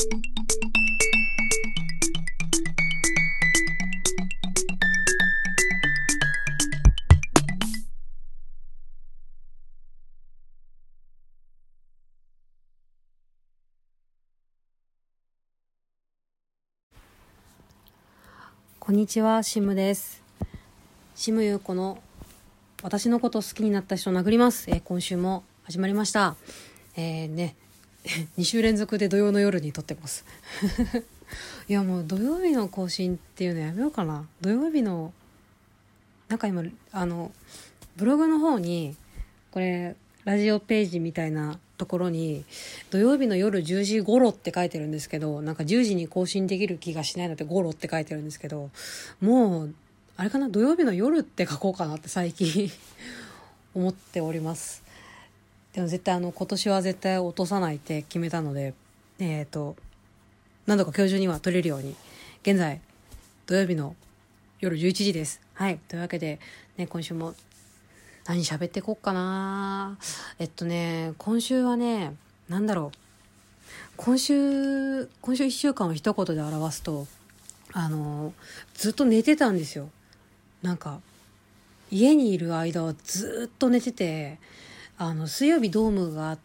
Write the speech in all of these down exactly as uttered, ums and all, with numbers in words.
こんにちは、シムです。シムユーコの私のこと好きになった人を殴ります、えー、今週も始まりました。えー、ねに週連続で土曜の夜に撮ってますいやもう土曜日の更新っていうのやめようかな。土曜日のなんか今あのブログの方にこれラジオページみたいなところに土曜日の夜じゅうじ頃って書いてるんですけど、なんかじゅうじに更新できる気がしないので頃って書いてるんですけど、もうあれかな、土曜日の夜って書こうかなって最近思っております。でも絶対あの今年は絶対落とさないって決めたので、えっと何度か今日中には撮れるように、現在土曜日の夜じゅういちじです。はい、というわけでね、今週も何喋ってこっかな。えっとね今週はね、なんだろう今週今週いっしゅうかんを一言で表すと、あのずっと寝てたんですよ。なんか家にいる間はずっと寝てて、あの水曜日ドームがあって、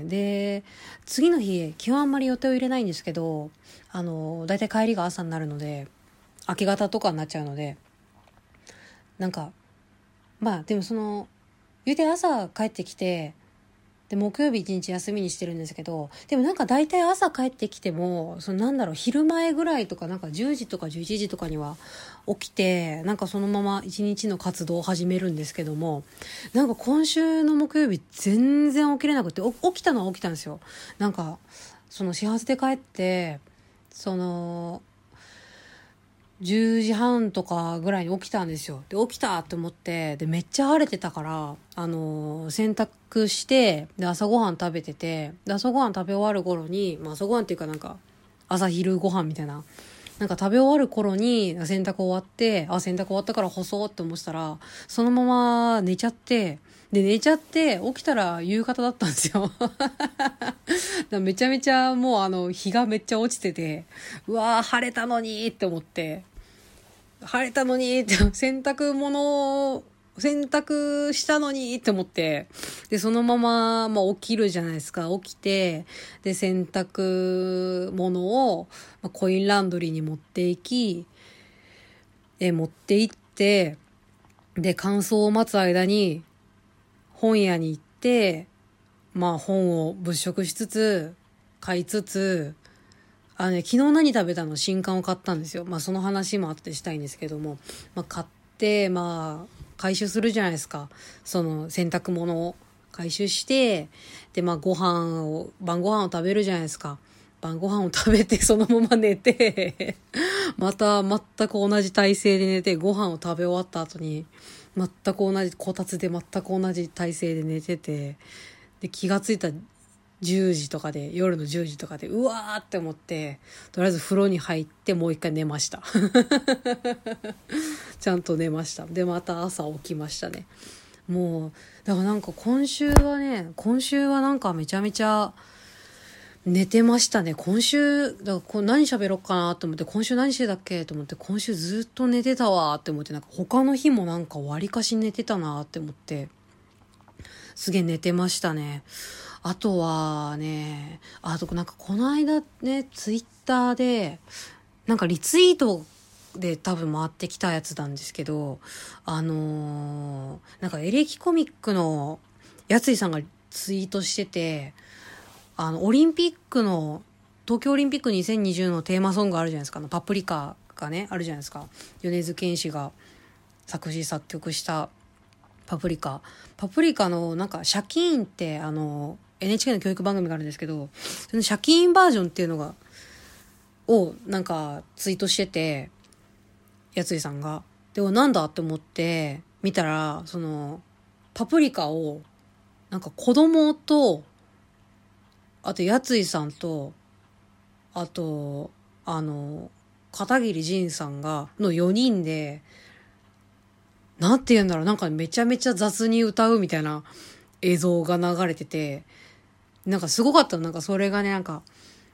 で次の日基本あんまり予定を入れないんですけど、あのだいたい帰りが朝になるので明け方とかになっちゃうので、なんかまあでもその言うて朝帰ってきて、で木曜日一日休みにしてるんですけど、でもなんか大体朝帰ってきてもそのなんだろう昼前ぐらいとか、なんかじゅうじとかじゅういちじとかには起きて、なんかそのまま一日の活動を始めるんですけども、なんか今週の木曜日全然起きれなくて、起きたのは起きたんですよ。なんかその始発で帰ってそのじゅうじはんとかぐらいに起きたんですよ。で起きたって思って、でめっちゃ晴れてたから、あのー、洗濯して、で朝ごはん食べてて、で朝ごはん食べ終わる頃に、まあ、朝ごはんっていうかなんか朝昼ご飯みたいな、なんか食べ終わる頃に洗濯終わって、あ洗濯終わったから干そうって思ってたら、そのまま寝ちゃって、で寝ちゃって起きたら夕方だったんですよだめちゃめちゃもうあの日がめっちゃ落ちてて、うわー晴れたのにって思って、晴れたのにって洗濯物洗濯したのにって思って、でそのまま、まあ、起きるじゃないですか。起きて、で洗濯物を、まあ、コインランドリーに持っていき、え持って行って、で乾燥を待つ間に本屋に行って、まあ本を物色しつつ買いつつ、あのね、昨日何食べたの、新刊を買ったんですよ。まあその話もあってしたいんですけども、まあ買って、まあ回収するじゃないですか。その洗濯物を回収して、でまあご飯を、晩ご飯を食べるじゃないですか。晩ご飯を食べてそのまま寝てまた全く同じ体勢で寝て、ご飯を食べ終わった後に全く同じ、こたつで全く同じ体勢で寝てて、で気がついたじゅうじとかで、夜のじゅうじとかでうわーって思って、とりあえず風呂に入ってもう一回寝ましたちゃんと寝ました。でまた朝起きましたね。もうだからなんか今週はね今週はなんかめちゃめちゃ寝てましたね。今週だからこう何喋ろうかなと思って、今週何してたっけと思って、今週ずっと寝てたわって思って、なんか他の日もなんかわりかし寝てたなって思って、すげえ寝てましたね。あとはね、あとなんかこの間ね、ツイッターでなんかリツイートで多分回ってきたやつなんですけど、あのー、なんかエレキコミックのやついさんがツイートしてて、あのオリンピックの東京オリンピックにせんにじゅうのテーマソングあるじゃないですか。パプリカがねあるじゃないですか。米津玄師が作詞作曲したパプリカパプリカのなんかシャキーンってあの エヌエイチケー の教育番組があるんですけど、そのシャキーンバージョンっていうのがをなんかツイートしてて、やついさんが、でもなんだって思って見たら、そのパプリカをなんか子供と、あとやついさんと、あとあの片桐仁さんがのよにんで、なんて言うんだろう、なんかめちゃめちゃ雑に歌うみたいな映像が流れてて、なんかすごかったの。なんかそれがね、なんか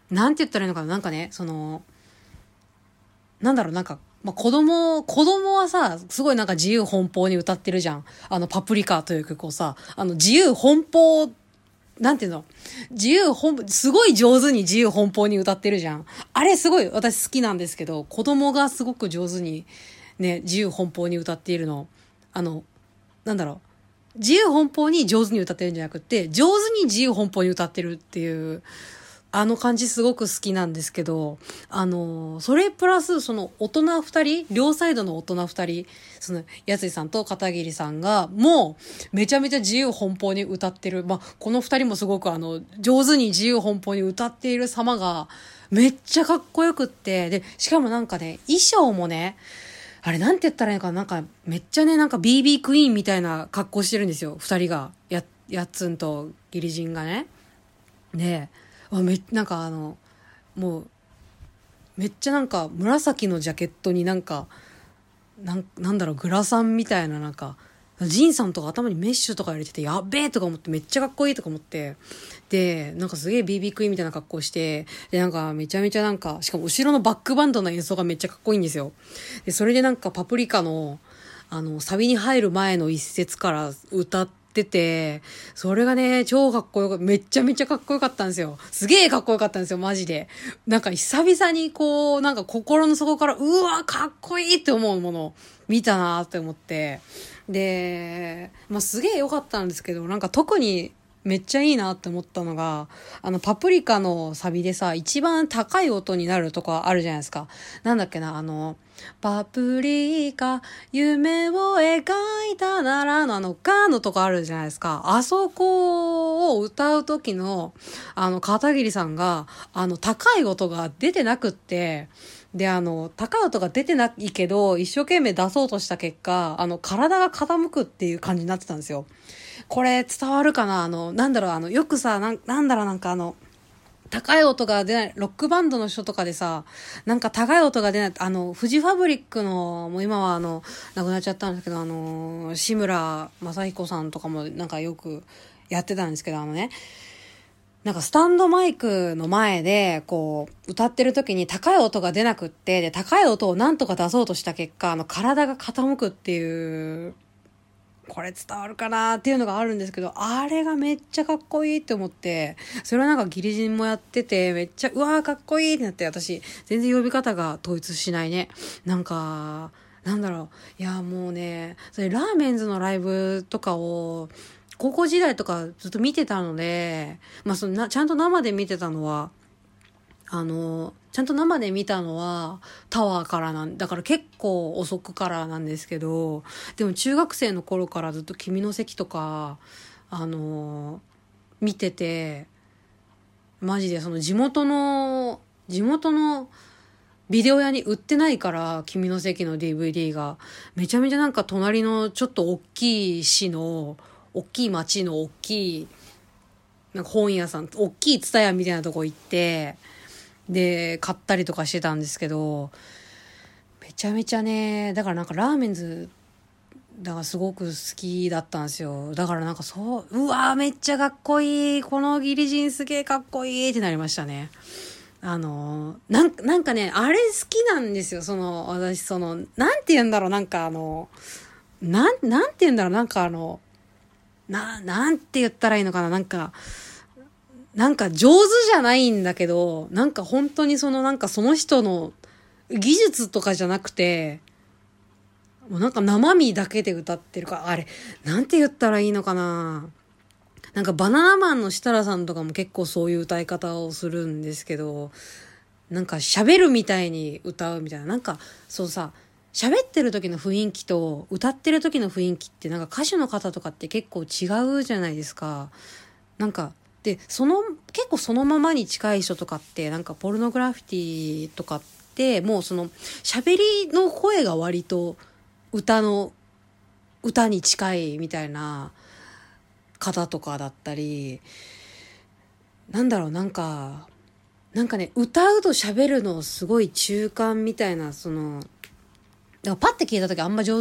なんて言ったらいいのかな、なんかね、その、なんだろう、なんか、まあ、子供、子供はさ、すごいなんか自由奔放に歌ってるじゃん。あの、パプリカという曲をさ、あの、自由奔放、なんていうの自由奔、すごい上手に自由奔放に歌ってるじゃん。あれすごい私好きなんですけど、子供がすごく上手にね、自由奔放に歌っているの。あの、なんだろう。自由奔放に上手に歌ってるんじゃなくて、上手に自由奔放に歌ってるっていう、あの感じすごく好きなんですけど、あの、それプラス、その大人二人、両サイドの大人二人、その、やついさんと片桐さんが、もう、めちゃめちゃ自由奔放に歌ってる。まあ、この二人もすごくあの、上手に自由奔放に歌っている様が、めっちゃかっこよくって、で、しかもなんかね、衣装もね、あれなんて言ったらいいのかな、なんか、めっちゃね、なんか ビービー クイーンみたいな格好してるんですよ、二人が。や、やっつんとギリジンがね。で、あめなんかあのもうめっちゃなんか紫のジャケットになんかなんなんだろうグラサンみたいななんかジンさんとか頭にメッシュとか入れててやっべえとか思ってめっちゃかっこいいとか思ってでなんかすげえ ビービー クイーンみたいな格好してでなんかめちゃめちゃなんかしかも後ろのバックバンドの演奏がめっちゃかっこいいんですよ。でそれでなんかパプリカのあのサビに入る前の一節から歌って出て、それがね、超かっこよかった。めっちゃめちゃかっこよかったんですよ。すげえかっこよかったんですよ、マジで。なんか久々にこう、なんか心の底から、うわ、かっこいいって思うものを見たなって思って。で、まあすげえ良かったんですけど、なんか特にめっちゃいいなって思ったのが、あの、パプリカのサビでさ、一番高い音になるとかあるじゃないですか。なんだっけな、あの、パプリカ、夢を描いたならのあの、ガーのとこあるじゃないですか。あそこを歌う時の、あの、片桐さんが、あの、高い音が出てなくって、で、あの、高い音が出てないけど、一生懸命出そうとした結果、あの、体が傾くっていう感じになってたんですよ。これ伝わるかなあの、なんだろう、あの、よくさ、なん、なんだろう、なんかあの、高い音が出ない、ロックバンドの人とかでさ、なんか高い音が出ない、あの、フジファブリックの、もう今はあの、亡くなっちゃったんですけど、あの、志村正彦さんとかもなんかよくやってたんですけど、あのね、なんかスタンドマイクの前で、こう、歌ってる時に高い音が出なくって、で、高い音をなんとか出そうとした結果、あの、体が傾くっていう、これ伝わるかなっていうのがあるんですけど、あれがめっちゃかっこいいって思って、それはなんかギリジンもやってて、めっちゃ、うわーかっこいいってなって、私、全然呼び方が統一しないね。なんか、なんだろう。いや、もうね、それラーメンズのライブとかを、高校時代とかずっと見てたので、まあそのな、ちゃんと生で見てたのは、あの、ちゃんと生で見たのはタワーからなん、だから結構遅くからなんですけど、でも中学生の頃からずっと君の席とか、あの、見てて、マジでその地元の、地元のビデオ屋に売ってないから、君の席の ディーブイディー が、めちゃめちゃなんか隣のちょっと大きい市の、大きい町の大きい、なんか本屋さん、大きいツタヤみたいなとこ行って、で、買ったりとかしてたんですけど、めちゃめちゃね、だからなんかラーメンズ、だからすごく好きだったんですよ。だからなんかそう、うわーめっちゃかっこいい。このギリジンすげーかっこいいってなりましたね。あの、なんか、なんかね、あれ好きなんですよ。その、私、その、なんて言うんだろう、なんかあの、なん、なんて言うんだろう、なんかあの、な、なんて言ったらいいのかな、なんか、なんか上手じゃないんだけど、なんか本当にそのなんかその人の技術とかじゃなくて、もうなんか生身だけで歌ってるから、あれ、なんて言ったらいいのかな。なんかバナナマンの設楽さんとかも結構そういう歌い方をするんですけど、なんか喋るみたいに歌うみたいな。なんかそうさ、喋ってる時の雰囲気と歌ってる時の雰囲気ってなんか歌手の方とかって結構違うじゃないですか。なんか、で、その、結構そのままに近い人とかって、なんかポルノグラフィティとかって、もうその、喋りの声が割と歌の、歌に近いみたいな方とかだったり、なんだろう、なんか、なんかね、歌うと喋るのすごい中間みたいな、その、だからパッて聞いた時あんま上手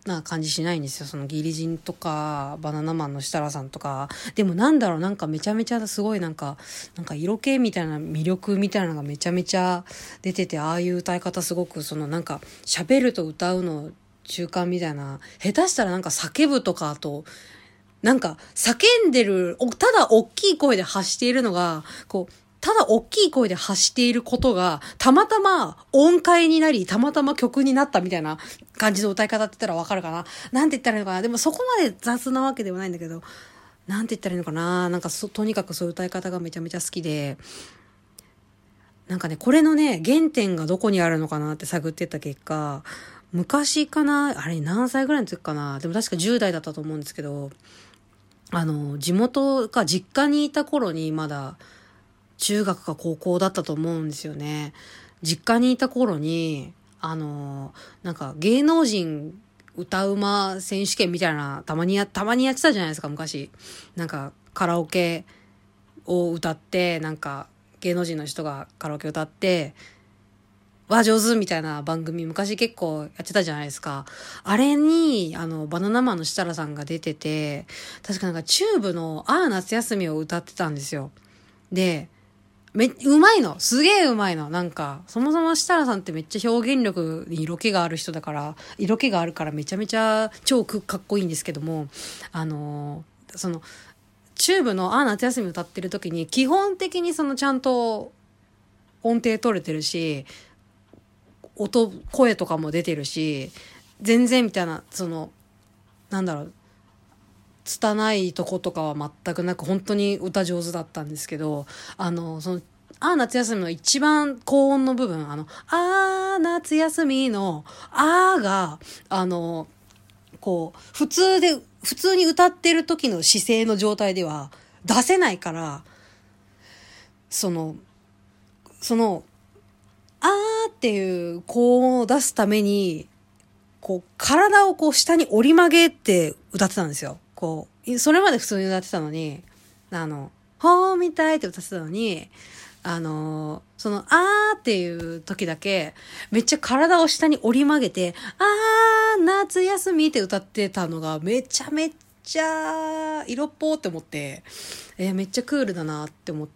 な感じしないんですよ。そのギリジンとかバナナマンの設楽さんとか。でもなんだろう、なんかめちゃめちゃすごいなんかなんか色気みたいな魅力みたいなのがめちゃめちゃ出てて、ああいう歌い方すごくそのなんか喋ると歌うの中間みたいな、下手したらなんか叫ぶとか、あとなんか叫んでる、ただ大きい声で発しているのがこうただ大きい声で発していることがたまたま音階になり、たまたま曲になったみたいな感じの歌い方って言ったらわかるかな。なんて言ったらいいのかな。でもそこまで雑なわけではないんだけど、なんて言ったらいいのかな。なんかそとにかくそういう歌い方がめちゃめちゃ好きで、なんかね、これのね原点がどこにあるのかなって探ってった結果、昔かな、あれ何歳ぐらいの時かな。でも確かじゅう代だったと思うんですけど、あの地元か実家にいた頃にまだ中学か高校だったと思うんですよね。実家にいた頃に、あの、なんか芸能人歌うま選手権みたいな、たまにや、たまにやってたじゃないですか、昔。なんかカラオケを歌って、なんか芸能人の人がカラオケ歌って、わ、上手みたいな番組昔結構やってたじゃないですか。あれに、あの、バナナマンの設楽さんが出てて、確かなんかチューブのああ夏休みを歌ってたんですよ。で、め、うまいの。すげえうまいの。なんか、そもそも設楽さんってめっちゃ表現力に色気がある人だから、色気があるからめちゃめちゃ超かっこいいんですけども、あのー、その、チューブのあー夏休み歌ってる時に、基本的にそのちゃんと音程取れてるし、音、声とかも出てるし、全然みたいな、その、なんだろう、拙いとことかは全くなく、本当に歌上手だったんですけど、あの、その、あー夏休みの一番高音の部分、あの、あー夏休みの、あーが、あの、こう、普通で、普通に歌ってる時の姿勢の状態では出せないから、その、その、あーっていう高音を出すために、こう、体をこう下に折り曲げて歌ってたんですよ。こう、それまで普通に歌ってたのに、あの、ほーみたいって歌ってたのに、あの、その、あーっていう時だけ、めっちゃ体を下に折り曲げて、あー、夏休みって歌ってたのが、めちゃめちゃ色っぽーって思って、えーめっちゃクールだなって思って、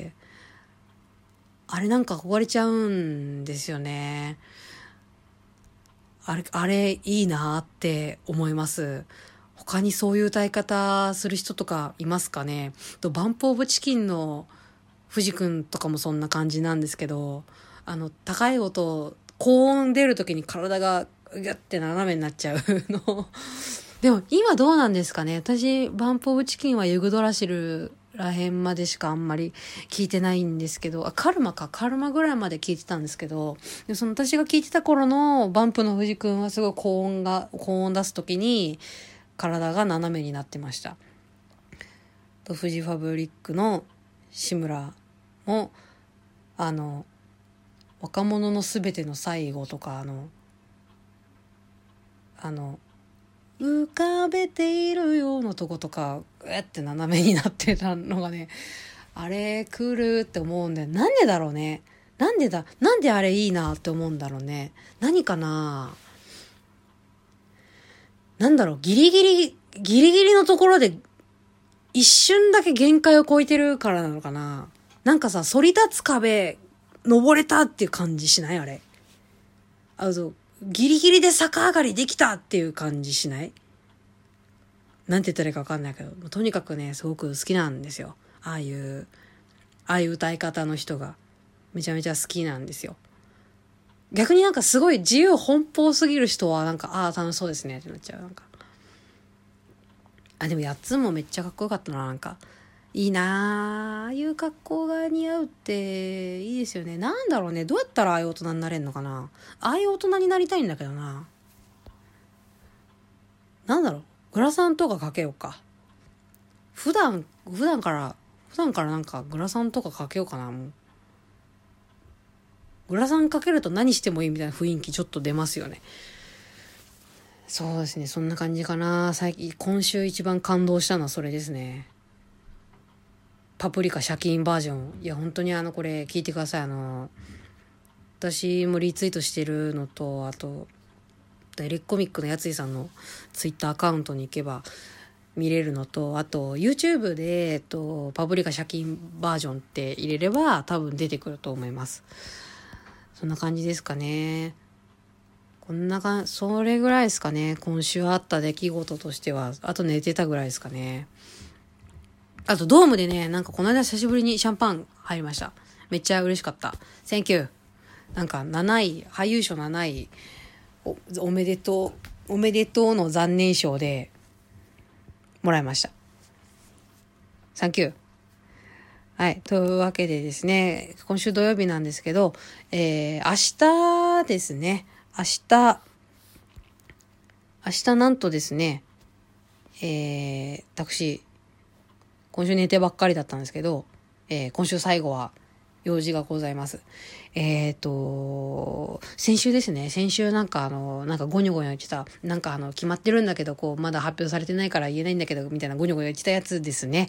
あれなんか憧れちゃうんですよね。あれ、あれいいなって思います。他にそういう歌い方する人とかいますかね。とバンプオブチキンの藤くんとかもそんな感じなんですけど、あの高い音、高音出るときに体がギュッて斜めになっちゃうの。でも今どうなんですかね。私バンプオブチキンはユグドラシルらへんまでしかあんまり聞いてないんですけど、あ、カルマか、カルマぐらいまで聞いてたんですけど、でその私が聞いてた頃のバンプの藤くんはすごい高音が、高音出すときに体が斜めになってました。と、フジファブリックの志村も、あの、若者のすべての最後とか、あの、あの、浮かべているよのとことか、えって斜めになってたのがね、あれ、クールって思うんだよ。なんでだろうね。なんでだ、なんであれいいなって思うんだろうね。何かな。なんだろう、ギリギリ、ギリギリのところで、一瞬だけ限界を超えてるからなのかな。なんかさ、反り立つ壁、登れたっていう感じしないあれ。あの、ギリギリで逆上がりできたっていう感じしない？なんて言ったらいいか分かんないけど、とにかくね、すごく好きなんですよ。ああいう、ああいう歌い方の人が。めちゃめちゃ好きなんですよ。逆になんかすごい自由奔放すぎる人はなんか、ああ、楽しそうですねってなっちゃう。なんか。あ、でもやっつんもめっちゃかっこよかったな、なんか。いいなあ、ああいう格好が似合うっていいですよね。なんだろうね、どうやったらああいう大人になれんのかな。ああいう大人になりたいんだけどな。なんだろう、グラサンとかかけようか。普段、普段から、普段からなんかグラサンとかかけようかな、もう。グラサンかけると何してもいいみたいな雰囲気ちょっと出ますよね。そうですね、そんな感じかな。最近、今週一番感動したのはそれですね。パプリカシャキーンバージョン。いや、本当にあの、これ聞いてください。あの、私もリツイートしてるのと、あと、 エレコミックのやついさんのツイッターアカウントに行けば見れるのと、あと YouTube で、えっと、パプリカシャキンバージョンって入れれば多分出てくると思います。そんな感じですかね。こんなかんそれぐらいですかね。今週あった出来事としては。あと寝てたぐらいですかね。あとドームでね、なんかこの間久しぶりにシャンパン入りました。めっちゃ嬉しかった。センキュー。なんかなない俳優賞なないお, おめでとうおめでとうの残念賞でもらいました。サンキュー。はい。というわけでですね、今週土曜日なんですけど、えー、明日ですね、明日、明日なんとですね、えー、私、今週寝てばっかりだったんですけど、えー、今週最後は用事がございます。えっと、先週ですね、先週なんかあの、なんかゴニョゴニョ言ってた、なんかあの、決まってるんだけど、こう、まだ発表されてないから言えないんだけど、みたいなゴニョゴニョ言ってたやつですね。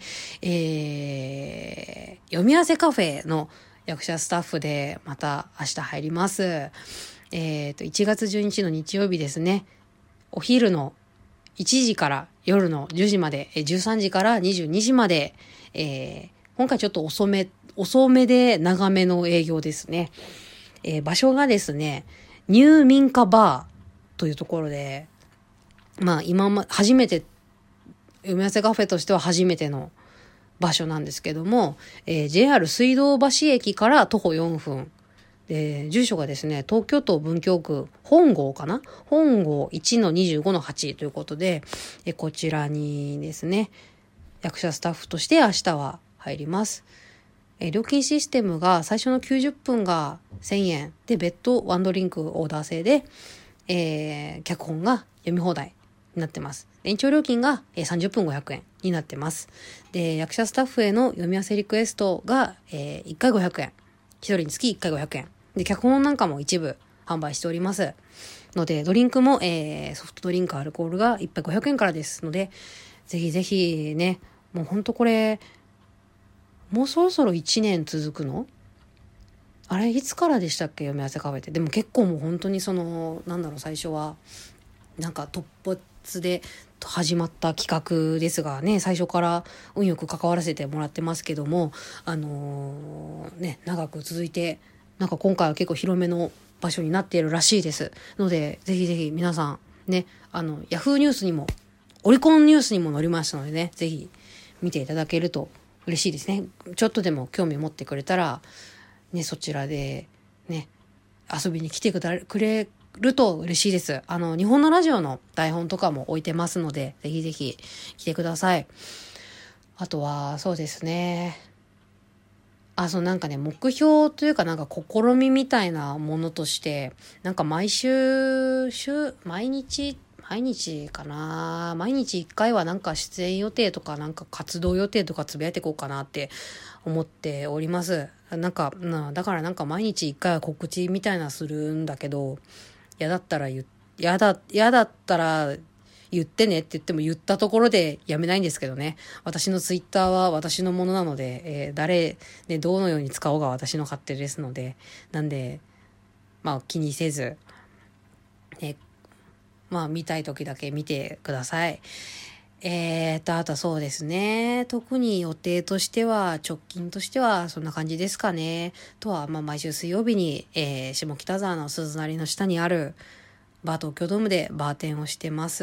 えー、読み合わせカフェの役者スタッフで、また明日入ります。えっと、いちがつじゅうににちの日曜日ですね、お昼のいちじから夜のじゅうじまで、じゅうさんじからにじゅうにじまで、えー、今回ちょっと遅め、遅めで長めの営業ですね。えー、場所がですね、ニュー民家バーというところで、まあ今ま、初めて、読み合わせカフェとしては初めての場所なんですけども、えー、ジェイアール 水道橋駅から徒歩よんぷん。で、住所がですね、東京都文京区本郷かな本郷 いちのにじゅうごのはち ということで、えこちらにですね、役者スタッフとして明日は入ります。え料金システムが最初のきゅうじゅっぷんがせんえんで、別途ワンドリンクオーダー制で、えー、脚本が読み放題になってます。延長料金がさんじゅっぷんごひゃくえんになってます。で、役者スタッフへの読み合わせリクエストが、えー、いっかいごひゃくえん。一人につきいっかいごひゃくえん。で、脚本なんかも一部販売しております。ので、ドリンクも、えー、ソフトドリンク、アルコールがいっぱいごひゃくえんからですので、ぜひぜひね、もうほんとこれ、もうそろそろいちねん続くの？あれ、いつからでしたっけ、読み合わせカフェって。でも結構もう本当にその、なんだろう、最初は、なんか突発で始まった企画ですがね、最初から運よく関わらせてもらってますけども、あのー、ね、長く続いて、なんか今回は結構広めの場所になっているらしいですので、ぜひぜひ皆さんね、あのヤフーニュースにもオリコンニュースにも載りましたのでね、ぜひ見ていただけると嬉しいですね。ちょっとでも興味持ってくれたらね、そちらでね遊びに来てくれると嬉しいです。あの日本のラジオの台本とかも置いてますので、ぜひぜひ来てください。あとはそうですね、あ、そうなんかね、目標というかなんか試みみたいなものとして、なんか毎週、週、毎日、毎日かな毎日一回はなんか出演予定とかなんか活動予定とかつぶやいていこうかなって思っております。なんか、なだからなんか毎日一回は告知みたいなするんだけど、嫌だったら言、嫌だ、嫌だったら言ってねって言っても言ったところでやめないんですけどね。私のツイッターは私のものなので、えー、誰、ね、どのように使おうが私の勝手ですので、なんで、まあ気にせず、ね、まあ見たい時だけ見てください。えーと、あとはそうですね。特に予定としては、直近としてはそんな感じですかね。とは、まあ毎週水曜日に、えー、下北沢の鈴なりの下にある、バー東京ドームでバーテンをしてます。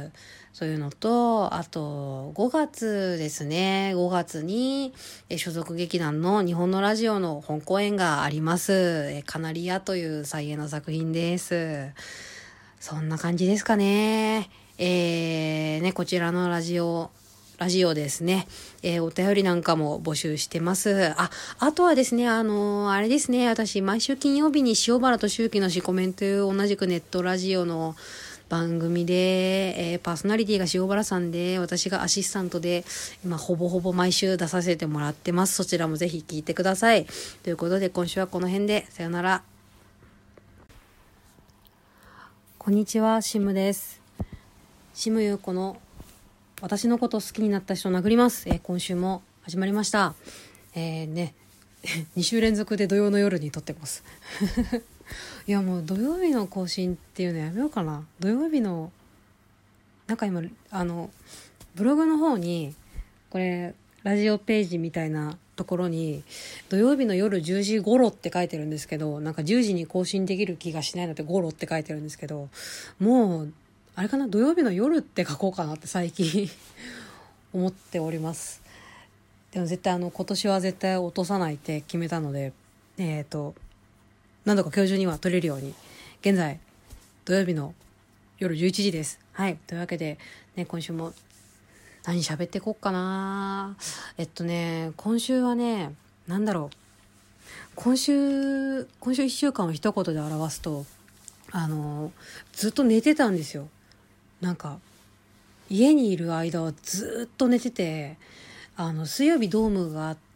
そういうのと、あとごがつですね。ごがつに所属劇団の日本のラジオの本公演があります。カナリアという再演の作品です。そんな感じですかね。えー、ね、こちらのラジオ、ラジオですね。えー、お便りなんかも募集してます。あ、あとはですね、あのー、あれですね、私、毎週金曜日に塩原と周期のしコメンという同じくネットラジオの番組で、えー、パーソナリティが塩原さんで、私がアシスタントで、今、ほぼほぼ毎週出させてもらってます。そちらもぜひ聞いてください。ということで、今週はこの辺で、さよなら。こんにちは、シムです。シムユーコの私のこと好きになった人を殴ります。えー、今週も始まりました。えー、ね、 に週連続で土曜の夜に撮ってますいやもう土曜日の更新っていうのやめようかな。土曜日のなんか今あのブログの方にこれラジオページみたいなところに土曜日の夜じゅうじ頃って書いてるんですけど、なんかじゅうじに更新できる気がしないので頃って書いてるんですけど、もうあれかな、土曜日の夜って書こうかなって最近思っております。でも絶対あの今年は絶対落とさないって決めたので、えっと何度か今日中には撮れるように、現在土曜日の夜じゅういちじです。はい、というわけで、ね、今週も何喋ってこっかな。えっとね今週はね、なんだろう、今週今週いっしゅうかんを一言で表すと、あのずっと寝てたんですよ。なんか家にいる間はずっと寝てて、あの水曜日ドームがあって、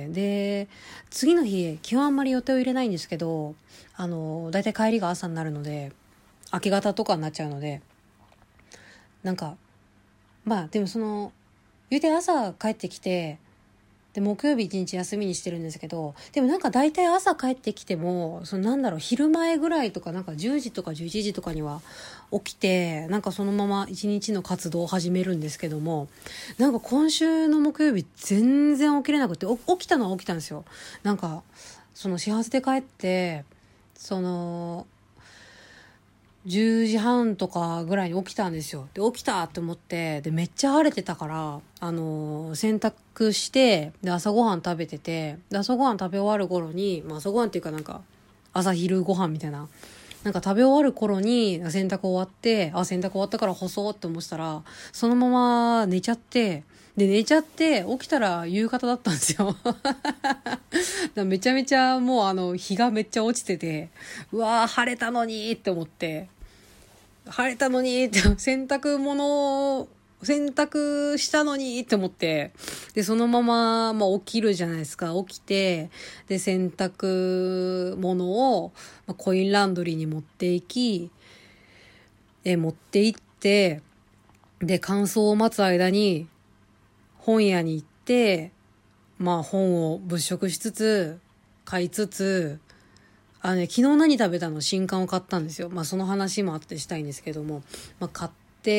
で次の日基本あんまり予定を入れないんですけど、あのだいたい帰りが朝になるので明け方とかになっちゃうので、なんかまあでもその言うて朝帰ってきて、で木曜日一日休みにしてるんですけど、でもなんか大体朝帰ってきてもそのなんだろう、昼前ぐらいとかなんかじゅうじとかじゅういちじとかには起きて、なんかそのまま一日の活動を始めるんですけども、なんか今週の木曜日全然起きれなくて、お起きたのは起きたんですよ。なんかその始発で帰ってそのじゅうじはんとかぐらいに起きたんですよ。で起きたって思って、でめっちゃ晴れてたから、あのー、洗濯して、で朝ごはん食べてて、で朝ごはん食べ終わる頃に、まあ、朝ごはんっていうかなんか朝昼ご飯みたいな、なんか食べ終わる頃に洗濯終わって、あ洗濯終わったから干そうって思ってたら、そのまま寝ちゃって、で寝ちゃって起きたら夕方だったんですよだめちゃめちゃもうあの日がめっちゃ落ちてて、うわー晴れたのにって思って、晴れたのにって洗濯物洗濯したのにって思って、でそのまま、まあ、起きるじゃないですか。起きて、で洗濯物を、まあ、コインランドリーに持っていき、え持って行って、で乾燥を待つ間に本屋に行って、まあ本を物色しつつ買いつつ、あのね、昨日何食べたの、新刊を買ったんですよ。まあその話もあってしたいんですけども、まあ買って、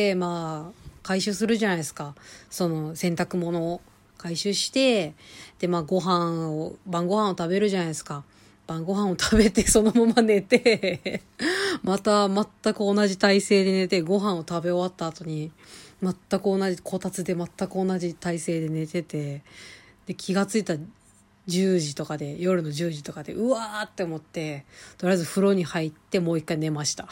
まあ回収するじゃないですか。その洗濯物を回収して、でまあご飯を、晩ご飯を食べるじゃないですか。晩ご飯を食べてそのまま寝てまた全く同じ体勢で寝て、ご飯を食べ終わった後に全く同じ、こたつで全く同じ体勢で寝てて、で気がついたじゅうじとかで、夜のじゅうじとかで、うわーって思って、とりあえず風呂に入ってもう一回寝ました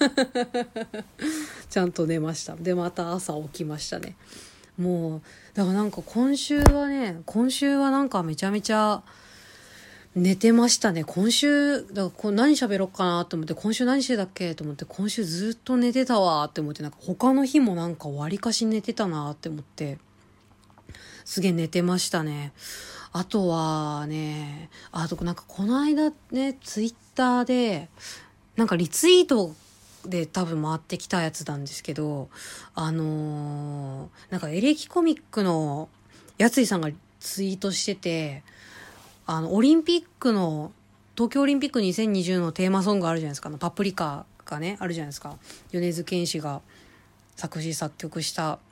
ちゃんと寝ました。でまた朝起きましたね。もうだからなんか今週はね今週はなんかめちゃめちゃ寝てましたね。今週だからこう何喋ろうかなと思って、今週何してたっけと思って、今週ずっと寝てたわって思って、なんか他の日もなんか割かし寝てたなって思って、すげえ寝てましたね。あとはね、あとなんかこの間ね、ツイッターでなんかリツイートで多分回ってきたやつなんですけど、あのー、なんかエレキコミックのやついさんがツイートしてて、あのオリンピックの東京オリンピックにせんにじゅうのテーマソングあるじゃないですか。パプリカがねあるじゃないですか。米津玄師が作詞作曲した